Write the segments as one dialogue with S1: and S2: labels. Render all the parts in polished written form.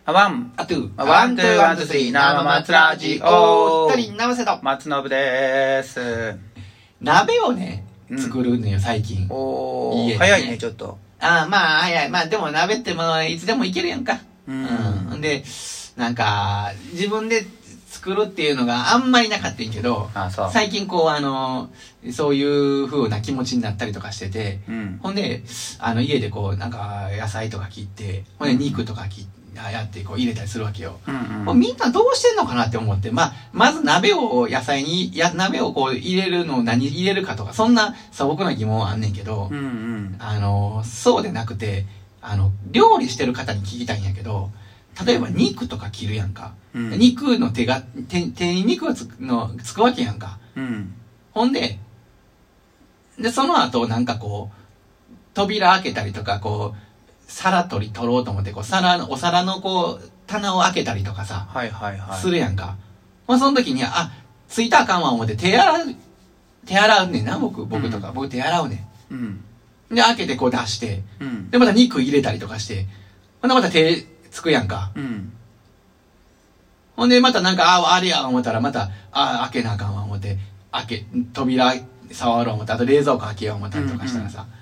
S1: ワン、
S2: あ、トゥー。
S1: ワン、ツー、ワン、ツー、スリー、生松ラジオ。
S2: 二人、生瀬と。
S1: 松信です。
S2: 鍋をね、
S1: うん
S2: 作るのよ、最近。
S1: おー、
S2: 家でね
S1: 早いね、ちょっと。
S2: まあ、早い。まあ、でも鍋ってもういつでもいけるやんか。
S1: うん
S2: で、なんか、自分で作るっていうのがあんまりなかったんやけど、
S1: あ、そう。
S2: 最近こう、そういう風な気持ちになったりとかしてて、
S1: うん。
S2: ほんで、家でこう、なんか、野菜とか切って、ほんで、肉とかやって、こう、入れたりするわけよ。
S1: うん
S2: もうみんなどうしてんのかなって思って、まず鍋を鍋をこう入れるのを何入れるかとか、そんな素朴な疑問はあんねんけど、
S1: うんうん。
S2: そうでなくて、料理してる方に聞きたいんやけど、例えば肉とか切るやんか。
S1: うん
S2: 肉の手に肉がつくわけやんか。
S1: うん。
S2: ほんで、その後なんかこう、扉開けたりとか、こう、皿取ろうと思って、こう、お皿のこう、棚を開けたりとかさ、
S1: はいはいはい。
S2: するやんか。まあ、その時に、ついたらあかんわ思って手洗うねんな、僕とか。僕手洗うね
S1: うん。
S2: ん。で、開けてこう出して、
S1: うん。
S2: で、また肉入れたりとかして、ほんでまた手つくやんか。
S1: うん。
S2: ほんで、またなんか、あれや思ったら、また、開けなあかんわ思って、扉触ろう思って、あと冷蔵庫開けよう思ったりとかしたらさ、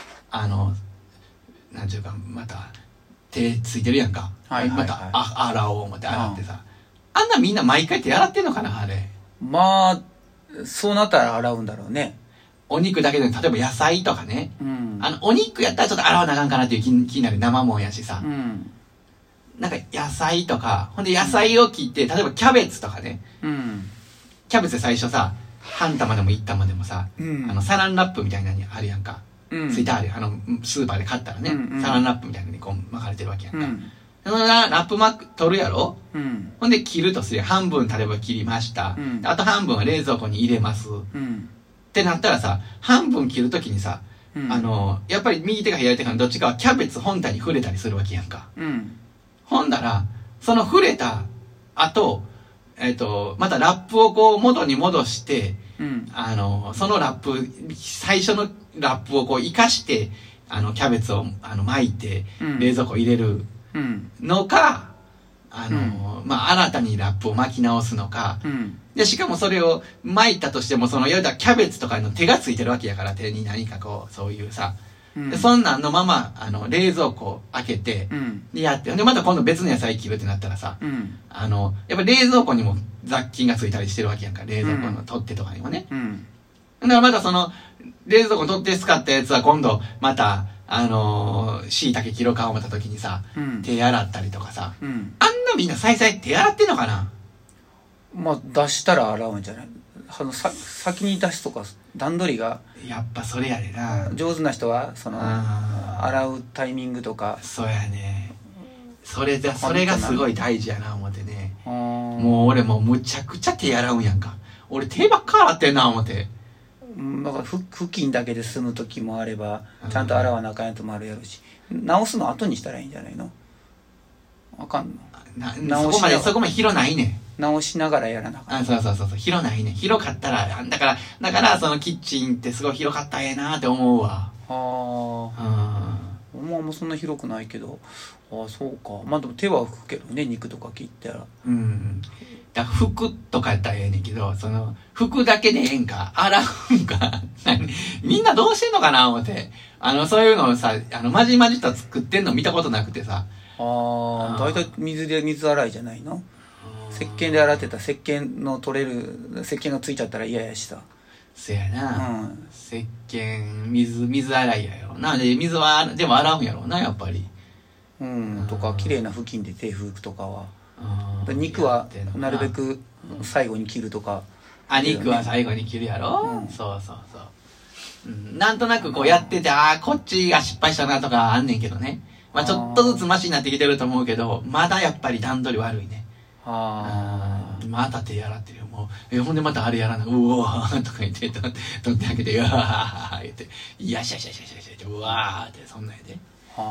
S2: なんちゅうか、また、手ついてるやんか。
S1: はいはいはい
S2: また、洗おう思って洗ってさ。あんなみんな毎回手洗ってんのかな、あれ。
S1: まあ、そうなったら洗うんだろうね。
S2: お肉だけで、例えば野菜とかね。
S1: うん。
S2: お肉やったらちょっと洗わなあかんかなっていう気になる生もんやしさ。
S1: うん。
S2: なんか野菜とか、ほんで野菜を切って、例えばキャベツとかね。
S1: うん。
S2: キャベツ最初さ、半玉でも一玉でもさ、
S1: うん
S2: サランラップみたいなのあるやんか。
S1: うん。
S2: ついてあるスーパーで買ったらね、
S1: うんうん
S2: サランラップみたいなのにこう巻かれてるわけやんか。
S1: うん。
S2: そのラップ取るやろ。
S1: うん。
S2: ほんで切るとする。半分例えば切りました。
S1: うん
S2: あと半分は冷蔵庫に入れます。っ
S1: うん。
S2: てなったらさ、半分切るときにさ、
S1: うん。
S2: やっぱり右手か左手かのどっちかはキャベツ本体に触れたりするわけやんか。
S1: うん。
S2: ほんだら、その触れた後、またラップをこう元に戻して、
S1: うん。
S2: そのラップ、最初のラップをこう活かして、キャベツを巻いて、
S1: うん
S2: 冷蔵庫入れる
S1: うん。
S2: のか、新たにラップを巻き直すのか、
S1: うん。
S2: で、しかもそれを巻いたとしても、言うたらキャベツとかの手がついてるわけやから、手に何かこう、そういうさ。
S1: うん。
S2: でそんなんのまま、冷蔵庫を開けて、
S1: うん。
S2: でやって、で、また今度別の野菜切るってなったらさ、
S1: うん。
S2: やっぱ冷蔵庫にも雑菌がついたりしてるわけやんか、冷蔵庫の取っ手とかにもね。
S1: うん。
S2: だからまた冷蔵庫取って使ったやつは今度、また、椎茸切ろうか思った時にさ、
S1: うん。
S2: 手洗ったりとかさ、
S1: うん。
S2: あんなみんなさい手洗ってんのかな。
S1: まあ、出したら洗うんじゃない？先に出すとか、段取りが
S2: やっぱそれやでな。
S1: 上手な人は、
S2: あ
S1: 洗うタイミングとか。
S2: そうやね。それがすごい大事やな思ってね。
S1: も
S2: もう俺もうむちゃくちゃ手洗うんやんか。俺手ばっか洗ってんな思って。
S1: だから布巾だけで済む時もあれば、ちゃんと洗わなあかんやつもあるやろし、直すの後にしたらいいんじゃないの？あかんの？
S2: そこまで広ないねん。
S1: 直しながらやらなあかん。
S2: そう。広ないねん。広かったら、だからそのキッチンってすごい広かったらええなって思うわ。
S1: はあ。まあそんな広くないけど、そうか。まあでも手は拭くけどね、肉とか切ったら。
S2: だから服とかやったらええねんけど、服だけでええんか、洗うんか、みんなどうしてんのかな思って。そういうのをさ、まじまじと作ってんの見たことなくてさ。
S1: 大体水洗いじゃないの？石鹸で洗ってたら石鹸の取れる、石鹸がついちゃったら嫌やしさ。
S2: せやな。
S1: うん。
S2: 石鹸、水洗いやよ。なので、水は、でも洗うんやろうな、やっぱり。
S1: とか、綺麗な布巾で手拭くとかは。肉は
S2: やってんのか
S1: なるべく最後に切るとか。
S2: 肉は最後に切るやろ、
S1: うん
S2: そう。なんとなくこうやってて、こっちが失敗したなとかあんねんけどね。まあちょっとずつマシになってきてると思うけど、まだやっぱり段取り悪いね。また手洗ってるよ、もう。ほんでまたあれやらな、うおーとか言って、取ってあげて、うわー言って、いやしゃしゃしゃしゃしゃ、うわーって、そんなんやで。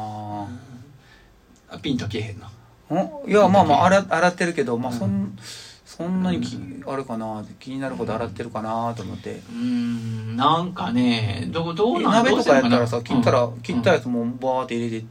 S2: ピンとけえへんの？
S1: いや、まあ洗ってるけど、まあそんなにあれかな、気になるほど洗ってるかなと思って。
S2: なんかね、どうなん？
S1: 鍋とかやったらさ、
S2: どうしてんのかな
S1: 切ったやつもバーって入れてってさ。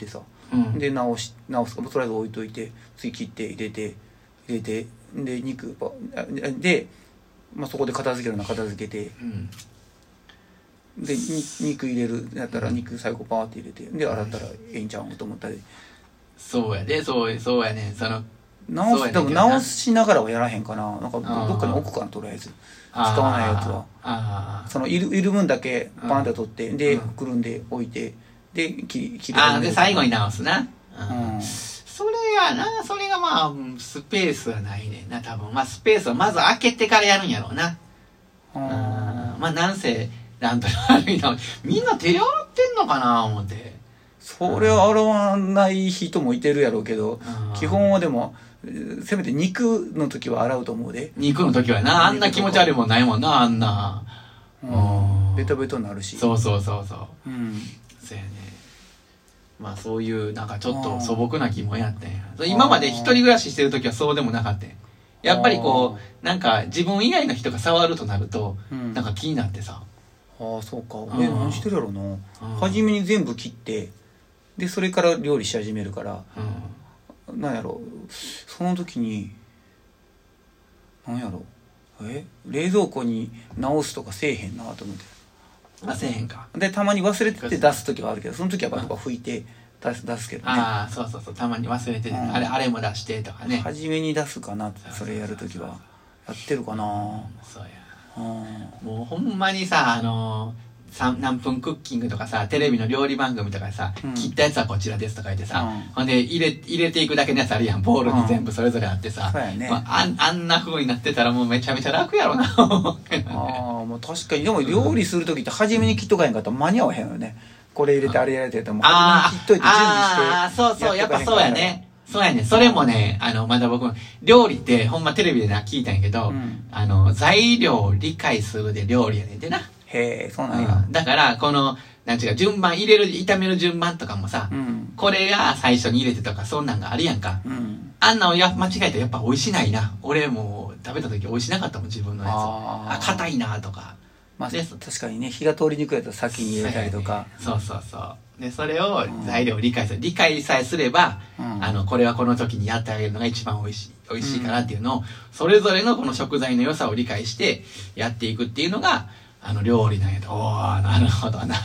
S1: で直すかとりあえず置いといて次切って入れてで肉で、そこで片付けるのは片付けて、で肉入れるやったら肉最後パーって入れてで洗ったらええんちゃうんと思ったり。
S2: そうやで、そうやね。
S1: でも直しながらはやらへんかな。なんかどっかに置くかな、とりあえず使わないやつは。そのいる分だけパンって取ってでくるんで置いてで切る。
S2: で最後に直すな。それがまあスペースはないねんな、多分。スペースはまず開けてからやるんやろうな。なんせなんと悪いな、みんな手で洗ってんのかな思って。
S1: それは洗わない人もいてるやろうけど、基本はでもせめて肉の時は洗うと思うで。
S2: 肉の時はな、あんな気持ち悪いもんないもんな、あんな。
S1: ベトベトになるし。
S2: そうそうそうそう。そうやね。そういうなんかちょっと素朴な疑問やってん。今まで一人暮らししてる時はそうでもなかったん。やっぱりこうなんか自分以外の人が触るとなるとなんか気になってさ。
S1: そうか。何してるやろな。初めに全部切ってでそれから料理し始めるから、なんやろその時になんやろ冷蔵庫に直すとかせえへんなと思って。
S2: せえへんか。
S1: でたまに忘れて出す時はあるけど、その時はバカ拭いて出すけどね。
S2: そうそうそう、たまに忘れてね、あれも出してとかね。
S1: 初めに出すかな、それやる時はやってるかな。
S2: そうや。もうほんまにさ、何分クッキングとかさ、テレビの料理番組とかさ、切ったやつはこちらですとか言ってさ、ほんで入れていくだけのやつあるやん、ボウルに全部それぞれあってさ、あんな風になってたらもうめちゃめちゃ楽やろな。
S1: もう確かに。でも料理する時って初めに切っとかへんかったら間に合わへんよね。これ入れてあれやれてやったらもう初めに切っといて準備して。
S2: そうやっぱそうやね。そうやね。それもね、まだ僕、料理ってほんまテレビで聞いたんやけど、材料を理解するで料理やねんでな。
S1: へえ、そうなんや。
S2: だから、なんちゅうか、炒める順番とかもさ、これが最初に入れてとか、そんなんがあるやんか。あんなんを間違えたらやっぱ美味しないな。俺も食べた時美味しなかったもん、自分のやつ。硬いなとか。
S1: 確かにね、火が通りにくいやつは先に入れたりとか。
S2: そうそうそう。で、それを材料を理解さえすれば、これはこの時にやってあげるのが一番美味しいからっていうのを、それぞれのこの食材の良さを理解してやっていくっていうのが、料理なんやと、なるほどな。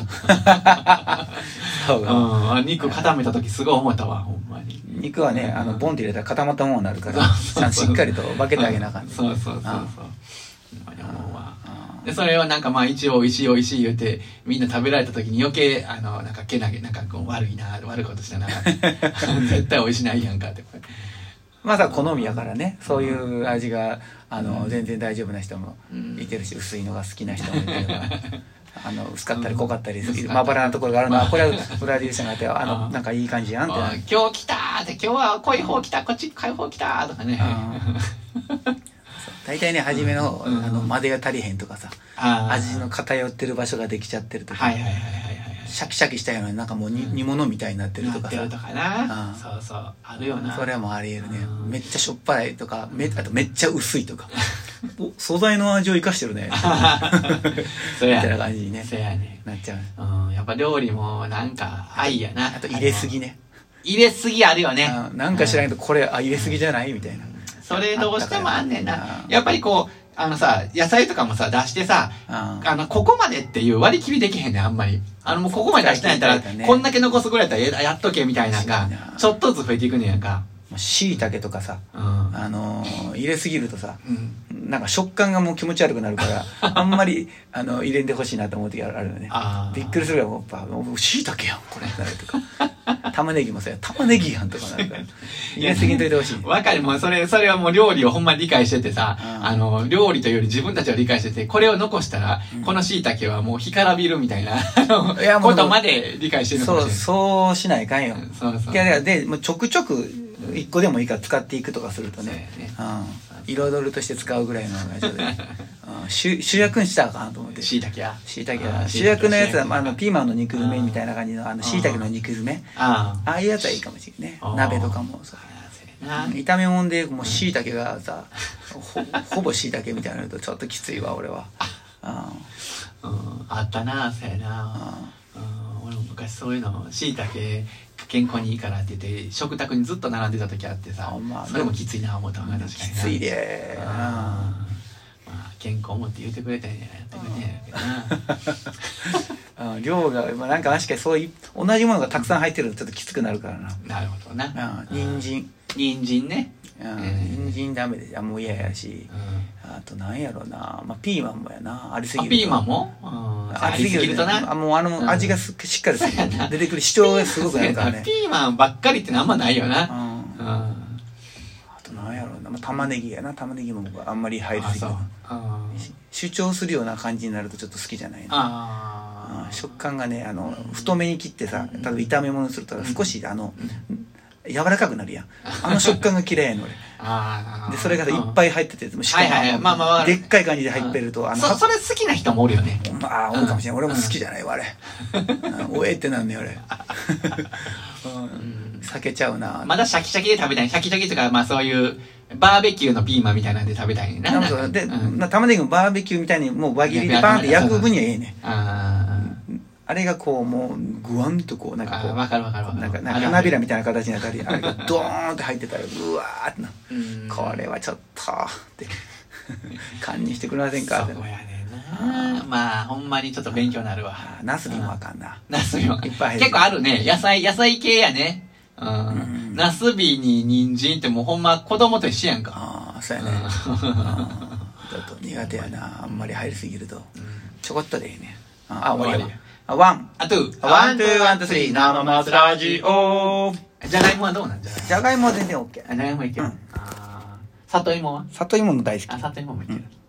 S2: 肉固めた時すごい思ったわ、ほんまに。
S1: 肉はね、ボンって入れたら固まったものになるから、しっかりと分けてあげなあかんね。
S2: そう。で、それをなんか一応美味しい言うて、みんな食べられた時に余計、なんか悪いことしたな。絶対美味しないやんかって。
S1: 好みやからね、そういう味が全然大丈夫な人もいてるし、薄いのが好きな人もいてるから薄かったり濃かったりまばらなところがあるのは、これはプロデューサーがあってなんかいい感じやんって。
S2: 今日来たーって、今日は濃い方来た、こっち濃い方来たーとかね。
S1: 大体ね、初めの混ぜが足りへんとかさ、味の偏ってる場所ができちゃってるとか、シャキシャキしたような、なんかもう煮物みたいになってるとかさ。
S2: そうそう、あるよな。
S1: それはもうあり得るね。めっちゃしょっぱいとか、あとめっちゃ薄いとか。素材の味を生かしてるね。みたいな感じにね。なっちゃう。
S2: やっぱ料理もなんか愛やな。
S1: あと入れすぎね。
S2: 入れすぎあるよね。
S1: なんか知らんけど、これ入れすぎじゃないみたいな。
S2: それどうしてもあんねんな。やっぱりこう、野菜とかもさ、出してさ、ここまでっていう割り切りできへんねん、あんまり。もうここまで出してないんやったら、こんだけ残すぐらいやったらやっとけみたいなのが、ちょっとずつ増えていくねんやんか。
S1: 椎茸とかさ、入れすぎるとさ、なんか食感がもう気持ち悪くなるからあんまり入れんでほしいなと思う時あるよね。びっくりするよ、やっぱ椎茸やんこれなるとか玉ねぎもさ玉ねぎやんとかなるから入れすぎんといてほしい。
S2: わかる。もうそれはもう料理をほんま理解しててさ、料理というより自分たちを理解してて、これを残したらこの椎茸はもう干からびるみたいなことまで理解してるのかもしれない。
S1: そうしないかんよ。
S2: い
S1: やでちょくちょく一個でもいいから使っていくとかするとね、彩りとして使うぐらいの感じで主役にしたらあかんと思って。
S2: 椎茸や
S1: 主役のやつはピーマンの肉詰めみたいな感じの椎茸の肉詰め、ああいうやつはいいかもしれないね。鍋とかもさ、炒め物でもう椎茸がさほぼ椎茸みたいなのとちょっときついわ俺は。
S2: あったな、そうやな。俺も昔そういうの椎茸健康にいいからって言って食卓にずっと並んでた時あってさ、それもきついな思ったのが確かに
S1: きついで
S2: 健康もって言ってくれたんやってくれねえな
S1: 量がなんか確かにそういう同じものがたくさん入ってるとちょっときつくなるからな。
S2: なるほどな。
S1: 人参
S2: ね。
S1: 人参ダメでもう嫌やし、あとなんやろうな、ピーマンもやな、ありすぎると。
S2: ピーマンも
S1: ありすぎるとな、もう味がしっかり出てくる主張がすごくなるからね。
S2: ピーマンばっかりってあんまないよな。
S1: あとなんやろうな、玉ねぎやな、玉ねぎもあんまり入りすぎる。主張するような感じになるとちょっと好きじゃないな。食感がね、太めに切ってさ、例えば炒め物すると少し柔らかくなるやん。食感が嫌いやの俺。でそれがいっぱい入ってて、しかもでっかい感じで入ってると、
S2: それ好きな人もおるよね。
S1: 多いかもしれない。俺も好きじゃないわあれ。おえってなんね俺。避けちゃうな。
S2: まだシャキシャキで食べたい。シャキシャキとかそういうバーベキューのピーマンみたいなんで食べたいねんな。
S1: で玉ねぎもバーベキューみたいにもう輪切りでバーンって焼く分にはええね。あれがこうもうグワンとこうなんかこう
S2: わかる
S1: なんか花びらみたいな形になったり、あれがドーンって入ってたらうわーってな、これはちょっとって勘にしてくれませんか。
S2: そうやねんな。ほんまにちょっと勉強になるわ。
S1: ナスビもあかんな。
S2: ナスビもいっぱい結構あるね。野菜系やね。ナスビに人参ってもうほんま子供と一緒やんか。
S1: そうやね。ちょっと苦手やな、あんまり入りすぎると。ちょこっとでいいね。終わり。ワン、ツー、ワン、ツー、スリー、生松ラジオ。
S2: じゃがいもはどうなんじゃ
S1: じゃがいもは全然 OK。
S2: じゃがいもいける。里芋は？
S1: 里芋も大好き。
S2: 里芋もいける。